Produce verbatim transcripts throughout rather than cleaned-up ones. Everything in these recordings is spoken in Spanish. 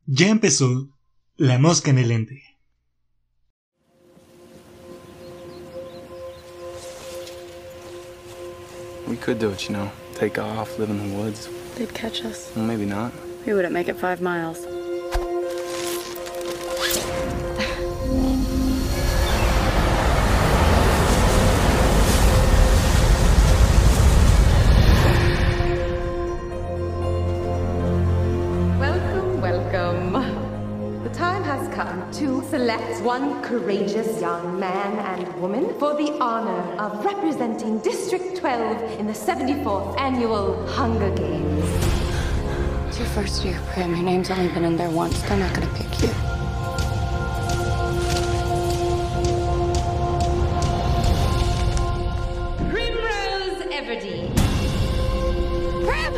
Ya empezó La Mosca en el Lente. We could do it, you know. Take off, live in the woods. They'd catch us. Well, maybe not. We wouldn't make it five miles. Welcome, welcome. The time has come to select one courageous young man and woman for the honor of representing District twelve in the seventy-fourth Annual Hunger Games. It's your first year, Prim. Your name's only been in there once. They're not gonna pick you. Primrose Everdeen. Prim!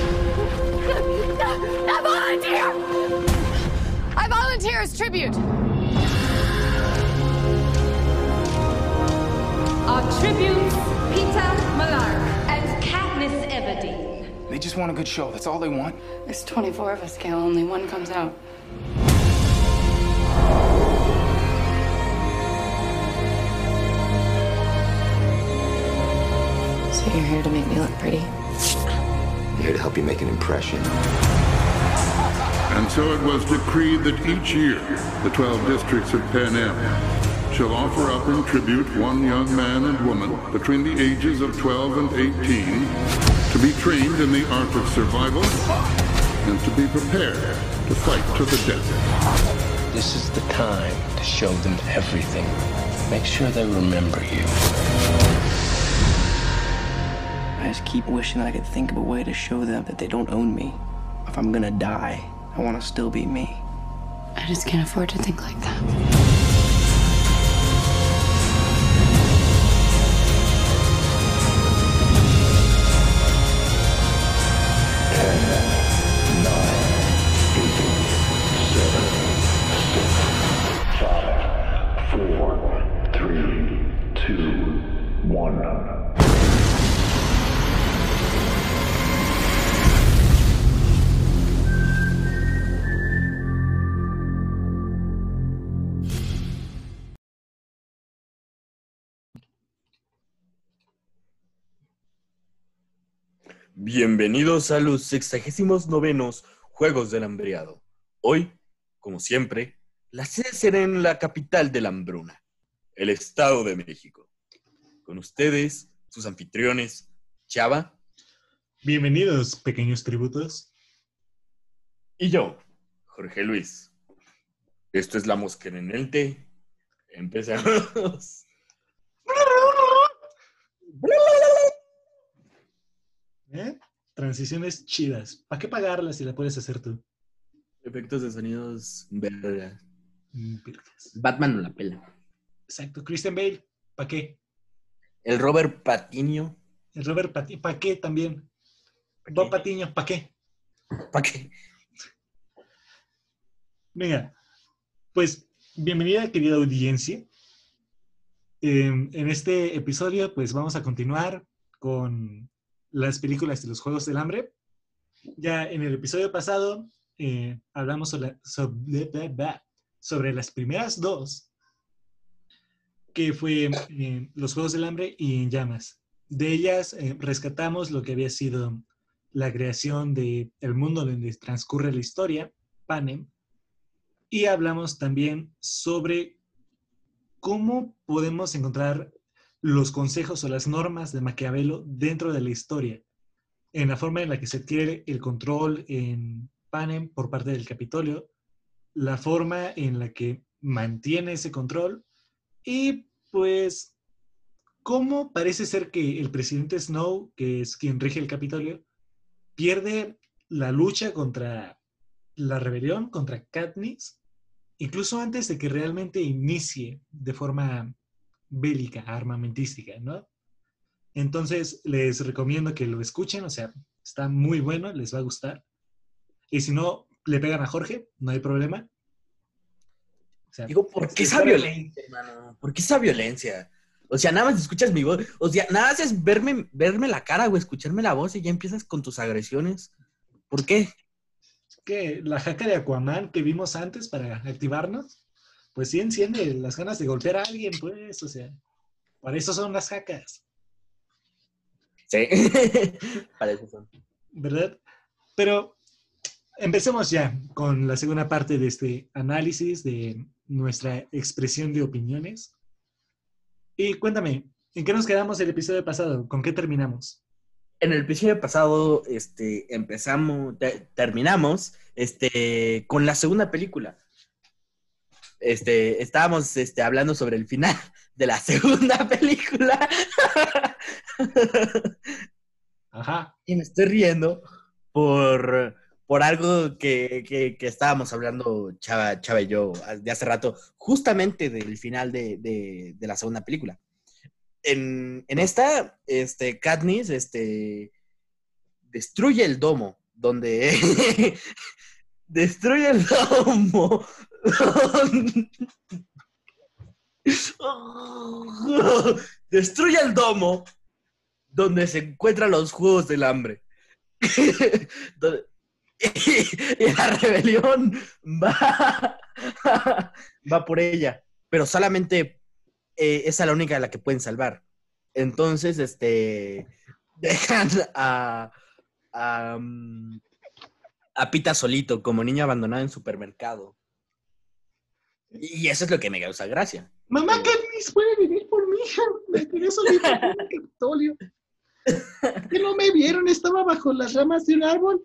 I volunteer! I volunteer as tribute! Our tributes, Peter Malark and Katniss Everdeen. They just want a good show. That's all they want. There's twenty-four of us, Gail. Only one comes out. So you're here to make me look pretty? I'm here to help you make an impression. And so it was decreed that each year the twelve districts of Panem shall offer up in tribute one young man and woman between the ages of twelve and eighteen to be trained in the art of survival and to be prepared to fight to the death. This is the time to show them everything. Make sure they remember you. I just keep wishing I could think of a way to show them that they don't own me. If I'm gonna die, I want to still be me. I just can't afford to think like that. Bienvenidos a los sexagésimos novenos Juegos del Hambriado. Hoy, como siempre, la sede será en la capital de la hambruna, el Estado de México. Con ustedes, sus anfitriones, Chava. Bienvenidos, pequeños tributos. Y yo, Jorge Luis. Esto es La Mosca en el Lente. Empezamos. ¿Eh? Transiciones chidas. ¿Para qué pagarlas si la puedes hacer tú? Efectos de sonidos, verga. Mm, virgas. Batman no la pela. Exacto. Christian Bale, ¿para qué? El Robert Patiño. El Robert Patiño, ¿para qué también? ¿Pa Bob qué? Patiño, ¿para qué? ¿Para qué? Venga, pues bienvenida, querida audiencia. Eh, en este episodio, pues vamos a continuar con las películas de los Juegos del Hambre. Ya en el episodio pasado eh, hablamos sobre, sobre, sobre las primeras dos, que fue eh, los Juegos del Hambre y En Llamas. De ellas eh, rescatamos lo que había sido la creación del mundo donde transcurre la historia, Panem, y hablamos también sobre cómo podemos encontrar los consejos o las normas de Maquiavelo dentro de la historia, en la forma en la que se adquiere el control en Panem por parte del Capitolio, la forma en la que mantiene ese control y pues cómo parece ser que el presidente Snow, que es quien rige el Capitolio, pierde la lucha contra la rebelión, contra Katniss, incluso antes de que realmente inicie de forma bélica, armamentística, ¿no? Entonces, les recomiendo que lo escuchen, o sea, está muy bueno, les va a gustar. Y si no, le pegan a Jorge, no hay problema. O sea, Digo, ¿por qué esa violencia, hermano? ¿Por qué esa violencia? O sea, nada más escuchas mi voz. O sea, nada más es verme, verme la cara o escucharme la voz y ya empiezas con tus agresiones. ¿Por qué? que la jaca de Aquaman que vimos antes para activarnos, pues sí enciende las ganas de golpear a alguien, pues, o sea, para eso son las jacas. Sí, para eso son. ¿Verdad? Pero empecemos ya con la segunda parte de este análisis de nuestra expresión de opiniones. Y cuéntame, ¿en qué nos quedamos el episodio pasado? ¿Con qué terminamos? En el episodio pasado, este, empezamos, te, terminamos, este, con la segunda película. Este, estábamos, este, hablando sobre el final de la segunda película. Ajá. Y me estoy riendo por, por algo que, que, que estábamos hablando Chava, Chava y yo de hace rato, justamente del final de, de, de la segunda película. En, en esta, este, Katniss, este, destruye el domo, donde destruye el domo, destruye el domo, donde se encuentran los Juegos del Hambre. Y la rebelión va, va por ella, pero solamente Eh, esa es la única de la que pueden salvar. Entonces, este, dejan a, a, a Pita solito, como niño abandonado en supermercado. Y eso es lo que me causa gracia. Mamá, Katniss puede venir por mí. Me quedé solita en el Capitolio. Que no me vieron, estaba bajo las ramas de un árbol.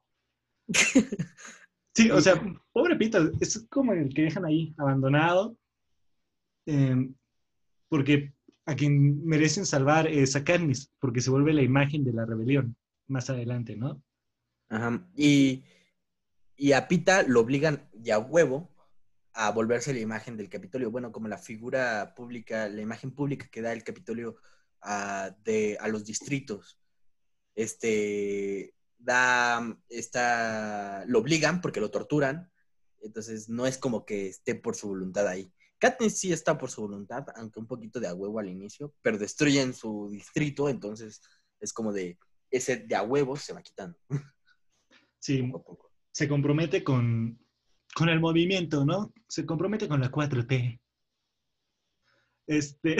Sí, o sea, pobre Pita, es como el que dejan ahí, abandonado. Eh, porque a quien merecen salvar es a Katniss, porque se vuelve la imagen de la rebelión más adelante, ¿no? Ajá. Y, y a Pita lo obligan ya a huevo a volverse la imagen del Capitolio. Bueno, como la figura pública, la imagen pública que da el Capitolio a, de, a los distritos. Este, da, está, lo obligan porque lo torturan, entonces no es como que esté por su voluntad ahí. Katniss sí está por su voluntad, aunque un poquito de a huevo al inicio, pero destruyen su distrito, entonces es como de, ese de a huevo se va quitando. Sí, poco a poco. Se compromete con, con el movimiento, ¿no? Se compromete con la cuatro T. Este,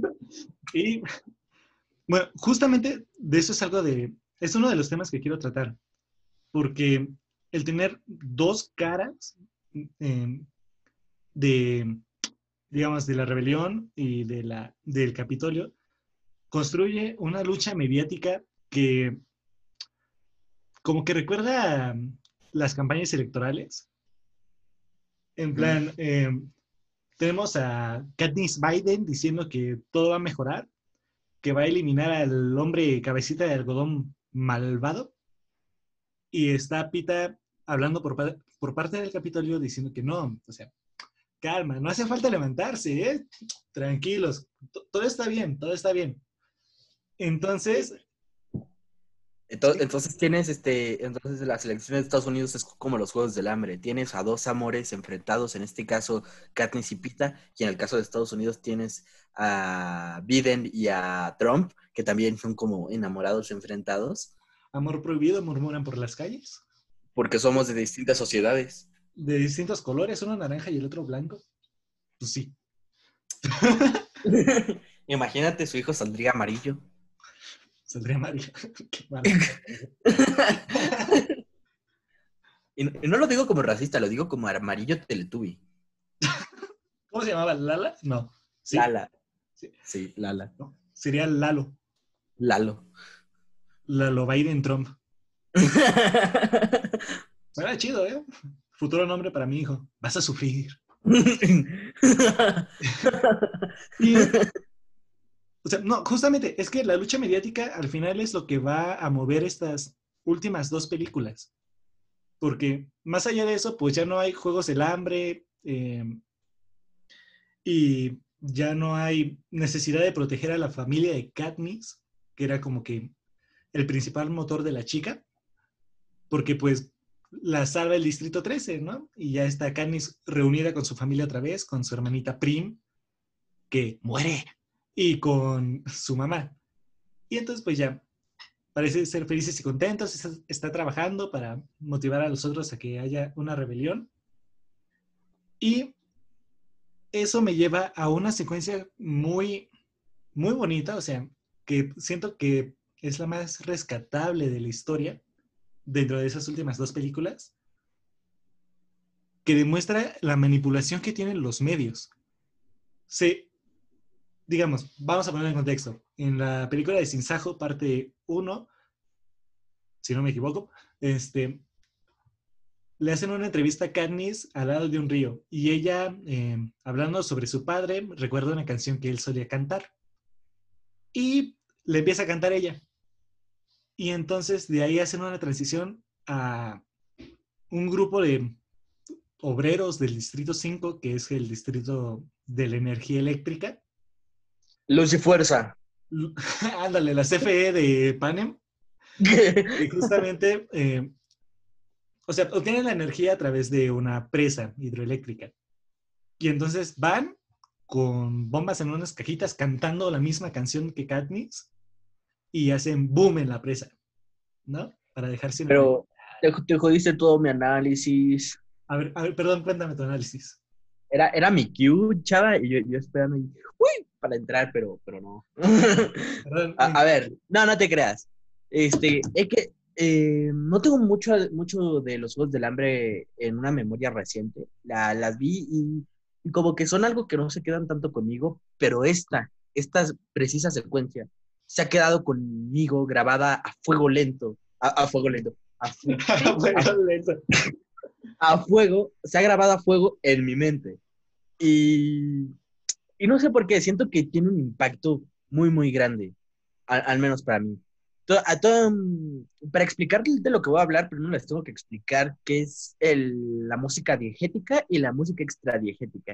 y, bueno, justamente de eso es algo de, es uno de los temas que quiero tratar, porque el tener dos caras eh, de... digamos, de la rebelión y de la, del Capitolio, construye una lucha mediática que como que recuerda a las campañas electorales. En plan, mm. eh, tenemos a Katniss Biden diciendo que todo va a mejorar, que va a eliminar al hombre cabecita de algodón malvado, y está Pita hablando por, por parte del Capitolio diciendo que no, o sea, calma, no hace falta levantarse, ¿eh? Tranquilos, T- todo está bien, todo está bien. Entonces... Entonces, entonces tienes, este, entonces las elecciones de Estados Unidos es como los Juegos del Hambre. Tienes a dos amores enfrentados, en este caso Katniss y Pita, y en el caso de Estados Unidos tienes a Biden y a Trump, que también son como enamorados enfrentados. Amor prohibido, murmuran por las calles. Porque somos de distintas sociedades. De distintos colores, uno naranja y el otro blanco. Pues sí. Imagínate, su hijo saldría amarillo. Saldría amarillo. Qué y, no, y no lo digo como racista, lo digo como amarillo Teletubby. ¿Cómo se llamaba? ¿Lala? No. ¿Sí? Lala. Sí, sí Lala. No, sería Lalo. Lalo. Lalo Biden Trump. Era chido, ¿eh? Futuro nombre para mi hijo. Vas a sufrir. Y, o sea, no, justamente, es que la lucha mediática al final es lo que va a mover estas últimas dos películas. Porque más allá de eso, pues ya no hay Juegos del Hambre eh, y ya no hay necesidad de proteger a la familia de Katniss, que era como que el principal motor de la chica, porque pues la salva el Distrito trece, ¿no? Y ya está Katniss reunida con su familia otra vez, con su hermanita Prim, que muere, y con su mamá. Y entonces pues ya parece ser felices y contentos, está, está trabajando para motivar a los otros a que haya una rebelión. Y eso me lleva a una secuencia muy, muy bonita, o sea, que siento que es la más rescatable de la historia dentro de esas últimas dos películas, que demuestra la manipulación que tienen los medios. Sí, digamos, vamos a poner en contexto. En la película de Sin Sajo, parte uno, si no me equivoco, este, le hacen una entrevista a Katniss al lado de un río y ella, eh, hablando sobre su padre, recuerda una canción que él solía cantar y le empieza a cantar ella. Y entonces de ahí hacen una transición a un grupo de obreros del Distrito cinco, que es el distrito de la energía eléctrica. Luz y fuerza. Ándale, la C F E de Panem. Y justamente, eh, o sea, obtienen la energía a través de una presa hidroeléctrica. Y entonces van con bombas en unas cajitas cantando la misma canción que Katniss y hacen boom en la presa, ¿no? Para dejar sin... Pero te, te jodiste todo mi análisis. A ver, a ver, perdón, cuéntame tu análisis. Era, era mi cue, chava, y yo, yo esperando y, uy, para entrar, pero, pero no. Perdón, a, a ver, no, no te creas. Este, es que eh, no tengo mucho, mucho de los Juegos del Hambre en una memoria reciente. La, las vi y, y como que son algo que no se quedan tanto conmigo, pero esta, esta precisa secuencia se ha quedado conmigo grabada a fuego lento. A, a fuego lento. A, fu a fuego lento. A fuego, se ha grabado a fuego en mi mente. Y, y no sé por qué, siento que tiene un impacto muy, muy grande, al, al menos para mí. Todo, a todo, para explicarles de lo que voy a hablar, primero les tengo que explicar qué es el, la música diegética y la música extradiegética.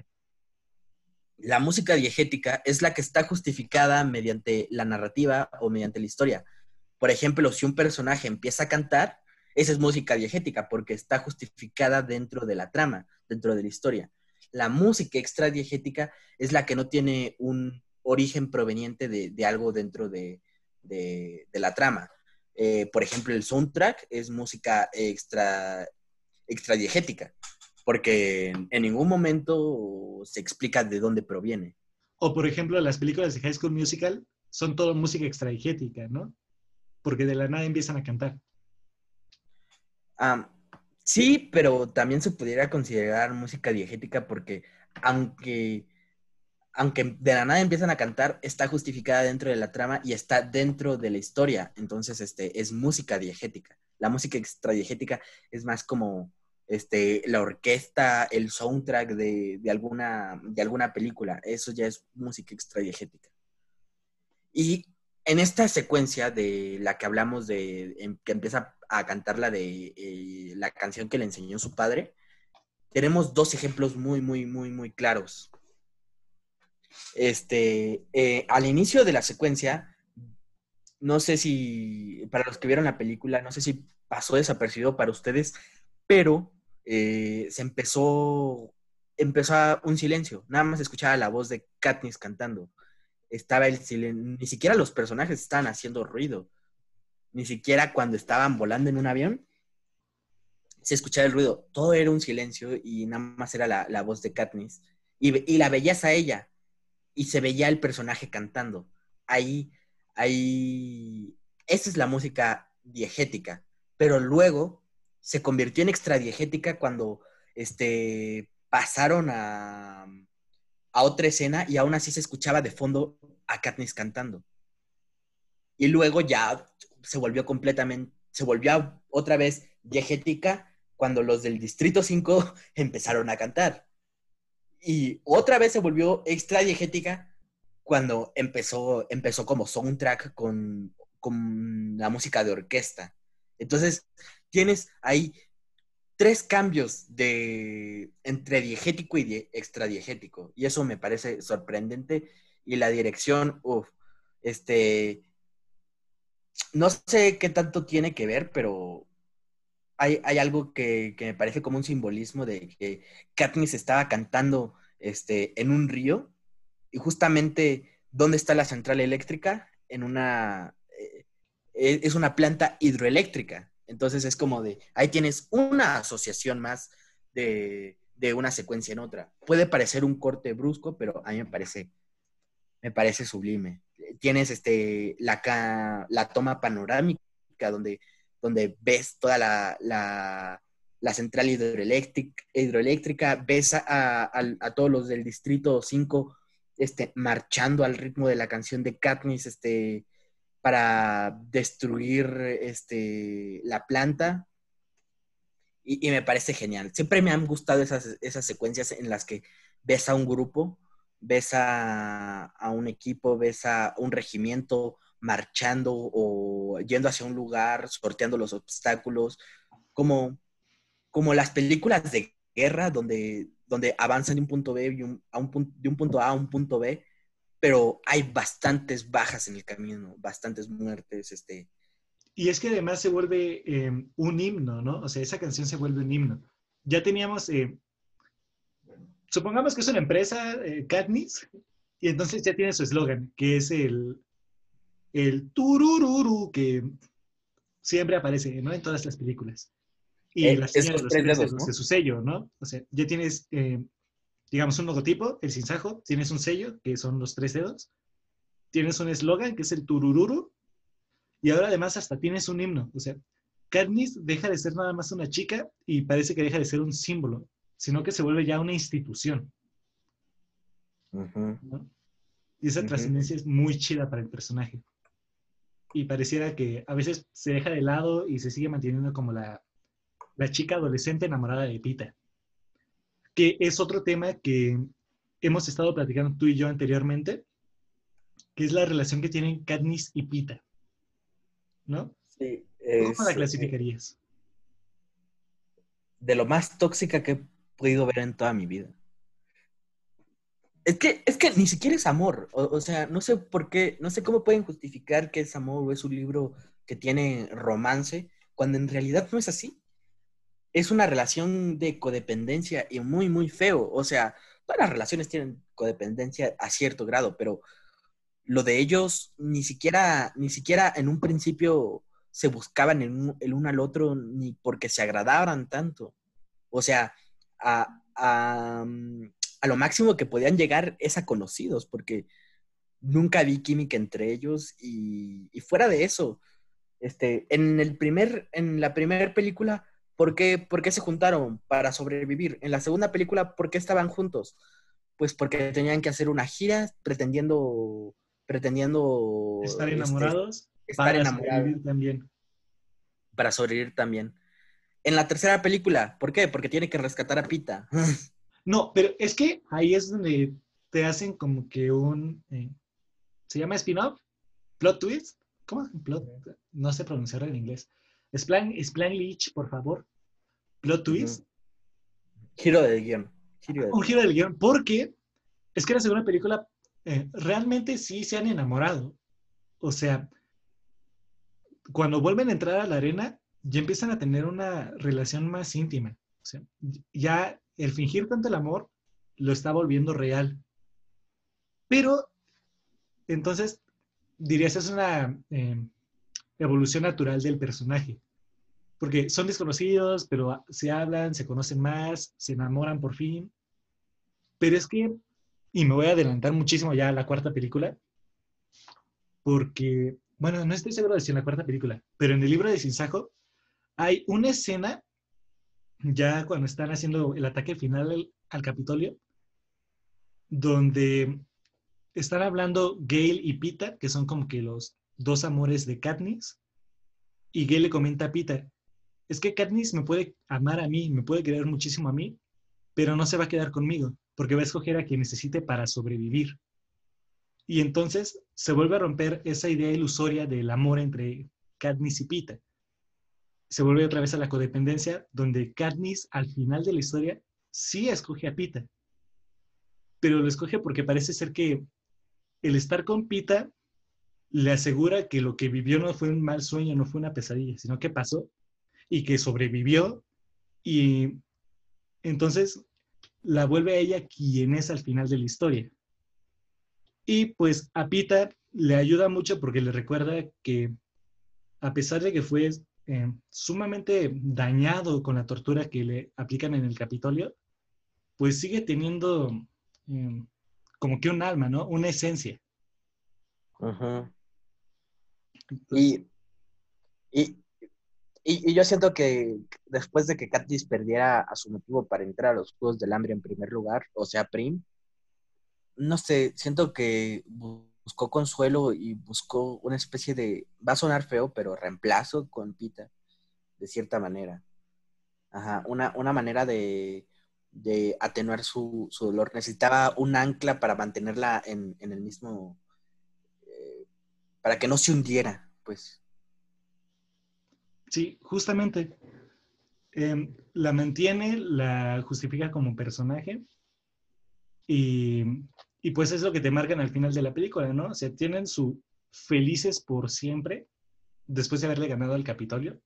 La música diegética es la que está justificada mediante la narrativa o mediante la historia. Por ejemplo, si un personaje empieza a cantar, esa es música diegética porque está justificada dentro de la trama, dentro de la historia. La música extradiegética es la que no tiene un origen proveniente de, de algo dentro de, de, de la trama. Eh, por ejemplo, el soundtrack es música extra, extradiegética porque en, en ningún momento se explica de dónde proviene. O, por ejemplo, las películas de High School Musical son todo música extradiegética, ¿no? Porque de la nada empiezan a cantar. Um, sí, pero también se pudiera considerar música diegética porque aunque, aunque de la nada empiezan a cantar, está justificada dentro de la trama y está dentro de la historia. Entonces, este, es música diegética. La música extradiegética es más como este, la orquesta, el soundtrack de, de, alguna, de alguna película. Eso ya es música extradiegética. Y en esta secuencia de la que hablamos de en, que empieza a cantar la de eh, la canción que le enseñó su padre, tenemos dos ejemplos muy, muy, muy, muy claros. Este, eh, al inicio de la secuencia, no sé si, para los que vieron la película, no sé si pasó desapercibido para ustedes, pero eh, se empezó, empezó a un silencio, nada más escuchaba la voz de Katniss cantando. Estaba el silencio, ni siquiera los personajes estaban haciendo ruido, ni siquiera cuando estaban volando en un avión se escuchaba el ruido, todo era un silencio y nada más era la, la voz de Katniss y, y la veías a ella y se veía el personaje cantando. Ahí, ahí, esa es la música diegética, pero luego se convirtió en extradiegética cuando este, pasaron a... a otra escena y aún así se escuchaba de fondo a Katniss cantando. Y luego ya se volvió completamente, se volvió otra vez diegética cuando los del Distrito cinco empezaron a cantar. Y otra vez se volvió extra diegética cuando empezó, empezó como soundtrack con, con la música de orquesta. Entonces tienes ahí tres cambios de, entre diegético y die, extradiegético. Y eso me parece sorprendente. Y la dirección, uff, este, no sé qué tanto tiene que ver, pero hay, hay algo que, que me parece como un simbolismo de que Katniss estaba cantando este, en un río. Y justamente, ¿dónde está la central eléctrica? En una... Eh, es, es una planta hidroeléctrica. Entonces es como de, ahí tienes una asociación más de, de una secuencia en otra. Puede parecer un corte brusco, pero a mí me parece, me parece sublime. Tienes este, la, ca, la toma panorámica donde, donde ves toda la, la, la central hidroeléctrica, hidroeléctrica ves a, a, a todos los del Distrito cinco este, marchando al ritmo de la canción de Katniss, este, para destruir este, la planta. Y, y me parece genial. Siempre me han gustado esas, esas secuencias en las que ves a un grupo, ves a, a un equipo, ves a un regimiento marchando o yendo hacia un lugar, sorteando los obstáculos, como, como las películas de guerra donde, donde avanzan de un punto B y un, a un punto, de un punto A a un punto B, pero hay bastantes bajas en el camino, bastantes muertes. Este. Y es que además se vuelve eh, un himno, ¿no? O sea, esa canción se vuelve un himno. Ya teníamos, eh, supongamos que es una empresa, eh, Katniss, y entonces ya tiene su eslogan, que es el, el turururu, que siempre aparece, ¿no? En todas las películas. Y Eh, la señal de los tres dedos, dedos, ¿no? de su sello, ¿no? O sea, ya tienes... Eh, digamos, un logotipo, el sinsajo, tienes un sello, que son los tres dedos, tienes un eslogan, que es el turururu, y ahora además hasta tienes un himno. O sea, Katniss deja de ser nada más una chica y parece que deja de ser un símbolo, sino que se vuelve ya una institución. Uh-huh. ¿No? Y esa Uh-huh. trascendencia es muy chida para el personaje. Y pareciera que a veces se deja de lado y se sigue manteniendo como la, la chica adolescente enamorada de Pita. Que es otro tema que hemos estado platicando tú y yo anteriormente, que es la relación que tienen Katniss y Pita, ¿no? Sí, ¿Cómo es, la clasificarías? De lo más tóxica que he podido ver en toda mi vida. Es que, es que ni siquiera es amor. O, o sea, no sé por qué, no sé cómo pueden justificar que es amor o es un libro que tiene romance, cuando en realidad no es así. Es una relación de codependencia y muy, muy feo. O sea, todas las relaciones tienen codependencia a cierto grado, pero lo de ellos ni siquiera, ni siquiera en un principio se buscaban el, un- el uno al otro ni porque se agradaran tanto. O sea, a, a, a lo máximo que podían llegar es a conocidos, porque nunca vi química entre ellos y, y fuera de eso, este, en el primer, en la primera película, ¿por qué, por qué se juntaron? Para sobrevivir. En la segunda película, ¿por qué estaban juntos? Pues porque tenían que hacer una gira pretendiendo, pretendiendo Estar este, enamorados estar para enamorados, sobrevivir también. para sobrevivir también. En la tercera película, ¿por qué? Porque tiene que rescatar a Pita. No, pero es que ahí es donde te hacen como que un... eh, ¿se llama spin-off? ¿Plot twist? ¿Cómo? Plot, no sé pronunciarlo en inglés. Splan, Spanglish, por favor. Plot twist. Giro del guión. Giro del Un guión. giro del guión. Porque es que la segunda película eh, realmente sí se han enamorado. O sea, cuando vuelven a entrar a la arena, ya empiezan a tener una relación más íntima. O sea, ya el fingir tanto el amor lo está volviendo real. Pero, entonces, dirías, es una eh, evolución natural del personaje. Porque son desconocidos, pero se hablan, se conocen más, se enamoran por fin. Pero es que, y me voy a adelantar muchísimo ya a la cuarta película, porque, bueno, no estoy seguro de si en la cuarta película, pero en el libro de Sinsajo hay una escena, ya cuando están haciendo el ataque final al, al Capitolio, donde están hablando Gale y Pita, que son como que los dos amores de Katniss, y Gale le comenta a Pita, es que Katniss me puede amar a mí, me puede querer muchísimo a mí, pero no se va a quedar conmigo, porque va a escoger a quien necesite para sobrevivir. Y entonces se vuelve a romper esa idea ilusoria del amor entre Katniss y Pita. Se vuelve otra vez a la codependencia, donde Katniss al final de la historia sí escoge a Pita, pero lo escoge porque parece ser que el estar con Pita le asegura que lo que vivió no fue un mal sueño, no fue una pesadilla, sino que pasó y que sobrevivió, y entonces la vuelve a ella quien es al final de la historia. Y pues a Pita le ayuda mucho porque le recuerda que a pesar de que fue eh, sumamente dañado con la tortura que le aplican en el Capitolio, pues sigue teniendo eh, como que un alma, ¿no? Una esencia. Uh-huh. Y, y, y, y yo siento que después de que Katniss perdiera a su motivo para entrar a los Juegos del Hambre en primer lugar, o sea, Prim, no sé, siento que buscó consuelo y buscó una especie de, va a sonar feo, pero reemplazo con Peeta, de cierta manera. Ajá, una, una manera de, de atenuar su, su dolor. Necesitaba un ancla para mantenerla en, en el mismo, eh, para que no se hundiera, pues. Sí, justamente. Eh, la mantiene, la justifica como personaje y, y pues es lo que te marcan al final de la película, ¿no? O sea, tienen su felices por siempre después de haberle ganado al Capitolio,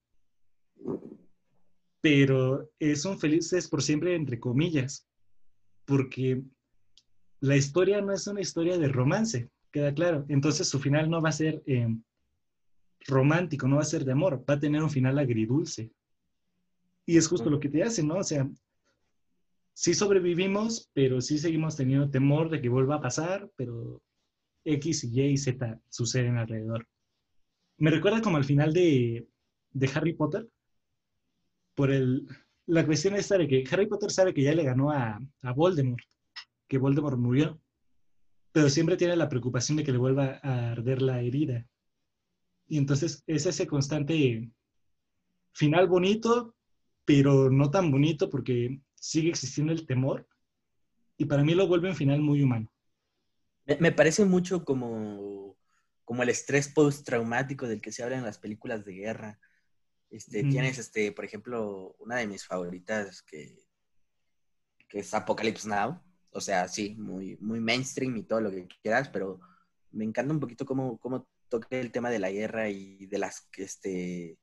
pero es un felices por siempre entre comillas, porque la historia no es una historia de romance, queda claro. Entonces su final no va a ser eh, romántico, no va a ser de amor, va a tener un final agridulce. Y es justo lo que te hace, ¿no? O sea, sí sobrevivimos, pero sí seguimos teniendo temor de que vuelva a pasar, pero X, Y y Z suceden alrededor. Me recuerda como al final de, de Harry Potter, por el, la cuestión esta de que Harry Potter sabe que ya le ganó a, a Voldemort, que Voldemort murió, pero siempre tiene la preocupación de que le vuelva a arder la herida. Y entonces es ese constante final bonito, pero no tan bonito porque sigue existiendo el temor. Y para mí lo vuelve un final muy humano. Me, me parece mucho como, como el estrés postraumático del que se habla en las películas de guerra. Este, mm. Tienes, este, por ejemplo, una de mis favoritas que, que es Apocalypse Now. O sea, sí, muy, muy mainstream y todo lo que quieras, pero me encanta un poquito cómo, cómo toca el tema de la guerra y de las, este,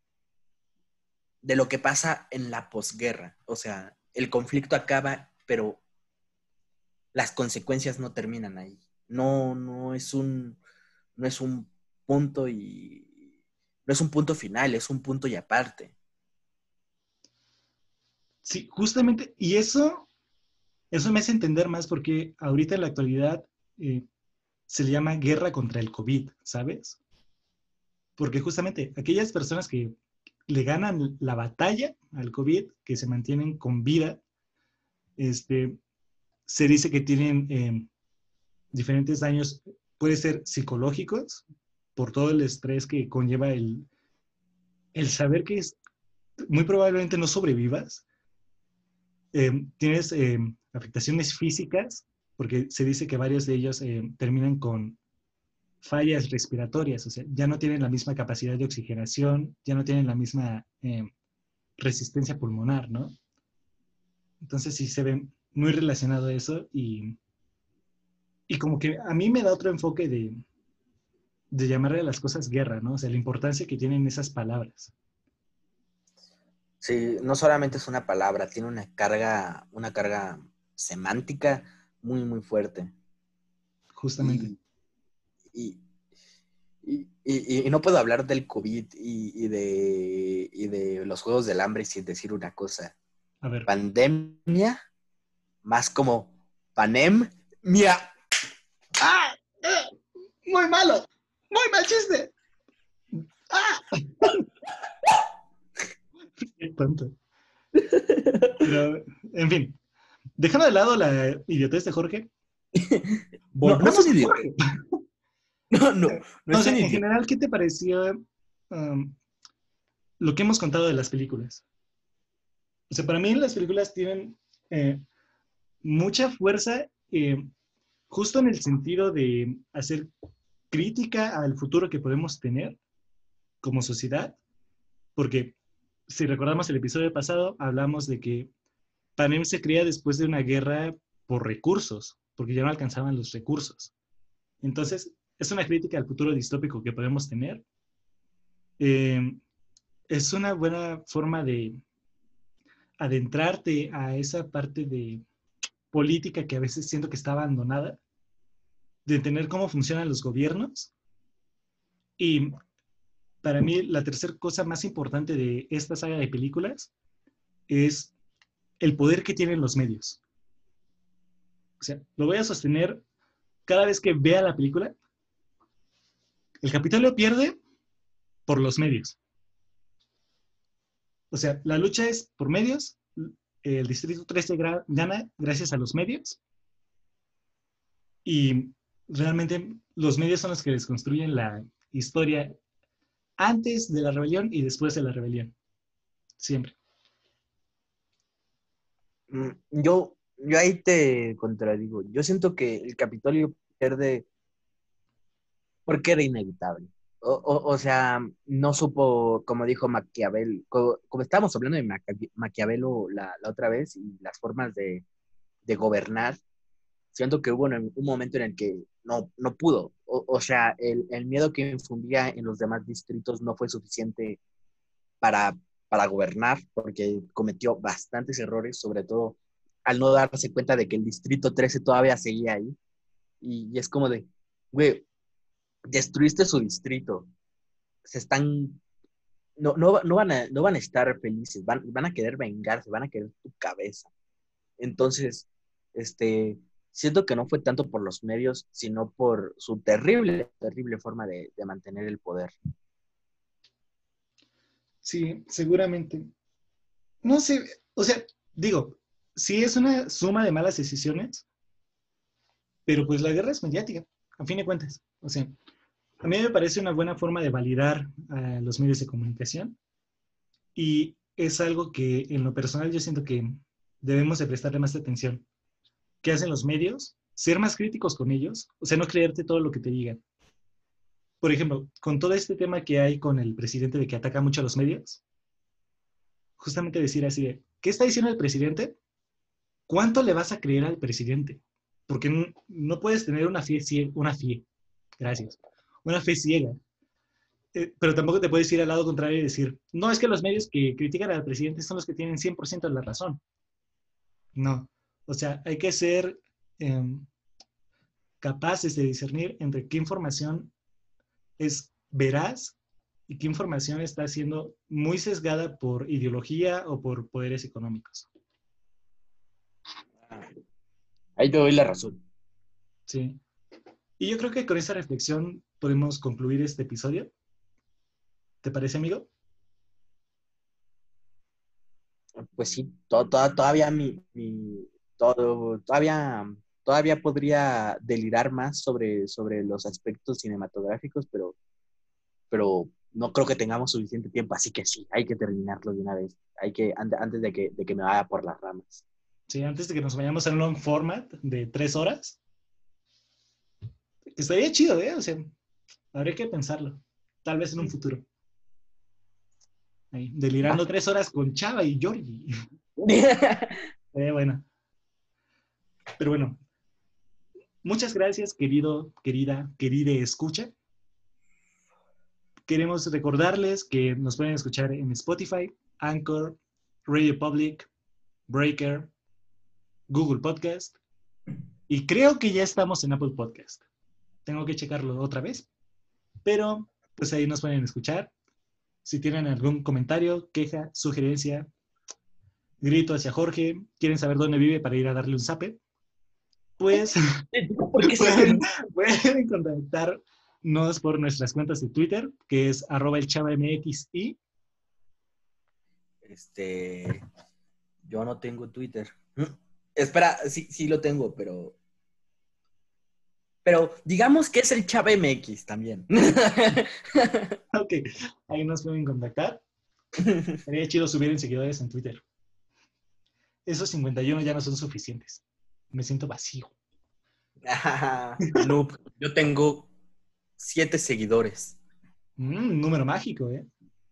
de lo que pasa en la posguerra. O sea, el conflicto acaba, pero las consecuencias no terminan ahí. No, no es un, no es un punto y no es un punto final, es un punto y aparte. Sí, justamente, y eso, eso me hace entender más porque ahorita en la actualidad eh, se le llama guerra contra el COVID, ¿sabes? Porque justamente aquellas personas que le ganan la batalla al COVID, que se mantienen con vida, este, se dice que tienen eh, diferentes daños, puede ser psicológicos, por todo el estrés que conlleva el, el saber que es, muy probablemente no sobrevivas. Eh, tienes eh, afectaciones físicas, porque se dice que varios de ellos eh, terminan con fallas respiratorias, o sea, ya no tienen la misma capacidad de oxigenación, ya no tienen la misma eh, resistencia pulmonar, ¿no? Entonces sí se ve muy relacionado a eso y, y como que a mí me da otro enfoque de, de llamarle a las cosas guerra, ¿no? O sea, la importancia que tienen esas palabras. Sí, no solamente es una palabra, tiene una carga, una carga semántica muy, muy fuerte. Justamente. Y, y, y, y no puedo hablar del COVID y, y, de, y de los Juegos del Hambre sin decir una cosa. A ver. Pandemia, más como panemia. ¡Ah! ¡Eh! ¡Muy malo! ¡Muy mal chiste! ¡Ah! ¡Qué tonto! Pero, en fin, dejando de lado la idiotez de Jorge, volvemos no, no a Jorge. No, no. no o sea, en general, ¿qué te pareció um, lo que hemos contado de las películas? O sea, para mí las películas tienen eh, mucha fuerza eh, justo en el sentido de hacer crítica al futuro que podemos tener como sociedad, porque si recordamos el episodio pasado, hablamos de que Panem se crea después de una guerra por recursos, porque ya no alcanzaban los recursos. Entonces, es una crítica al futuro distópico que podemos tener. Eh, es una buena forma de adentrarte a esa parte de política que a veces siento que está abandonada, de entender cómo funcionan los gobiernos y para mí la tercera cosa más importante de esta saga de películas es el poder que tienen los medios. O sea, lo voy a sostener cada vez que vea la película. El Capitolio pierde por los medios. O sea, la lucha es por medios. El Distrito trece gra- gana gracias a los medios. Y realmente los medios son los que desconstruyen la historia antes de la rebelión y después de la rebelión. Siempre. Yo, yo ahí te contradigo. Yo siento que el Capitolio pierde porque era inevitable. O, o, o sea, no supo, como dijo Maquiavelo, como, como estábamos hablando de Maca- Maquiavelo la, la otra vez y las formas de, de gobernar, siento que hubo un, un momento en el que no, no pudo. O, o sea, el, el miedo que infundía en los demás distritos no fue suficiente para, para gobernar, porque cometió bastantes errores, sobre todo al no darse cuenta de que el Distrito trece todavía seguía ahí. Y, y es como de, güey, destruiste su distrito. Se están... No, no, no, van a, no van a estar felices, van, van a querer vengarse, van a querer tu cabeza. Entonces, este, siento que no fue tanto por los medios, sino por su terrible, terrible forma de, de mantener el poder. Sí, seguramente. No sé, o sea, digo, sí es una suma de malas decisiones, pero pues la guerra es mediática, a fin de cuentas. O sea, a mí me parece una buena forma de validar a los medios de comunicación y es algo que en lo personal yo siento que debemos de prestarle más atención. ¿Qué hacen los medios? Ser más críticos con ellos, o sea, no creerte todo lo que te digan. Por ejemplo, con todo este tema que hay con el presidente de que ataca mucho a los medios, justamente decir así de, ¿qué está diciendo el presidente? ¿Cuánto le vas a creer al presidente? Porque no, no puedes tener una fe ciega, una fe, gracias, una fe ciega. Eh, pero tampoco te puedes ir al lado contrario y decir, no, es que los medios que critican al presidente son los que tienen cien por ciento de la razón. No, o sea, hay que ser eh, capaces de discernir entre qué información es veraz y qué información está siendo muy sesgada por ideología o por poderes económicos. Ahí te doy la razón. Sí. Y yo creo que con esta reflexión podemos concluir este episodio. ¿Te parece, amigo? Pues sí, to, to, todavía mi, mi todo, todavía, todavía podría delirar más sobre, sobre los aspectos cinematográficos, pero, pero no creo que tengamos suficiente tiempo, así que sí, hay que terminarlo de una vez. Hay que, antes de que, de que me vaya por las ramas. Sí, antes de que nos vayamos a un long format de tres horas. Estaría chido, ¿eh? O sea, habría que pensarlo. Tal vez en un futuro. Ahí, delirando ah. tres horas con Chava y Georgie. eh, bueno. Pero bueno. Muchas gracias, querido, querida, querida escucha. Queremos recordarles que nos pueden escuchar en Spotify, Anchor, Radio Public, Breaker, Google Podcast. Y creo que ya estamos en Apple Podcast. Tengo que checarlo otra vez. Pero, pues ahí nos pueden escuchar. Si tienen algún comentario, queja, sugerencia, grito hacia Jorge, quieren saber dónde vive para ir a darle un zape, pues pueden, pueden contactarnos por nuestras cuentas de Twitter, que es arroba el chava mxi. Este, yo no tengo Twitter. Espera, sí, sí lo tengo, pero... Pero digamos que es el Chava M X también. Ok, ahí nos pueden contactar. Sería chido subir en seguidores en Twitter. Esos cincuenta y uno ya no son suficientes. Me siento vacío. No, yo tengo siete seguidores. Mm, número mágico, ¿eh?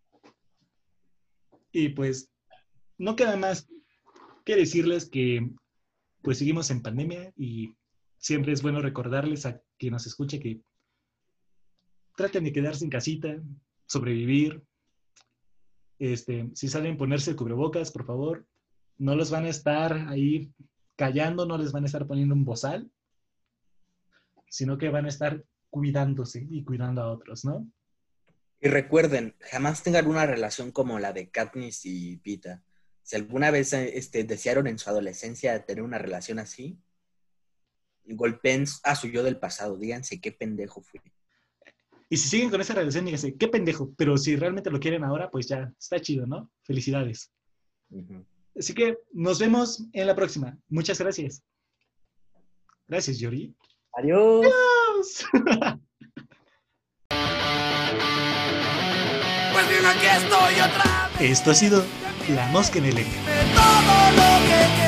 Y pues, no queda más que decirles que pues seguimos en pandemia y siempre es bueno recordarles a quien nos escuche que traten de quedarse en casita, sobrevivir. Este, si salen, ponerse el cubrebocas, por favor. No los van a estar ahí callando, no les van a estar poniendo un bozal, sino que van a estar cuidándose y cuidando a otros, ¿no? Y recuerden, jamás tengan una relación como la de Katniss y Peeta. Si alguna vez este, desearon en su adolescencia tener una relación así, golpeen a su yo del pasado, díganse qué pendejo fui. Y si siguen con esa relación, díganse, qué pendejo, pero si realmente lo quieren ahora, pues ya, está chido, ¿no? Felicidades. Uh-huh. Así que nos vemos en la próxima. Muchas gracias. Gracias, Yori. Adiós. Adiós. Pues digo, aquí estoy otra vez. Esto ha sido La Mosca en el Eje. Todo lo que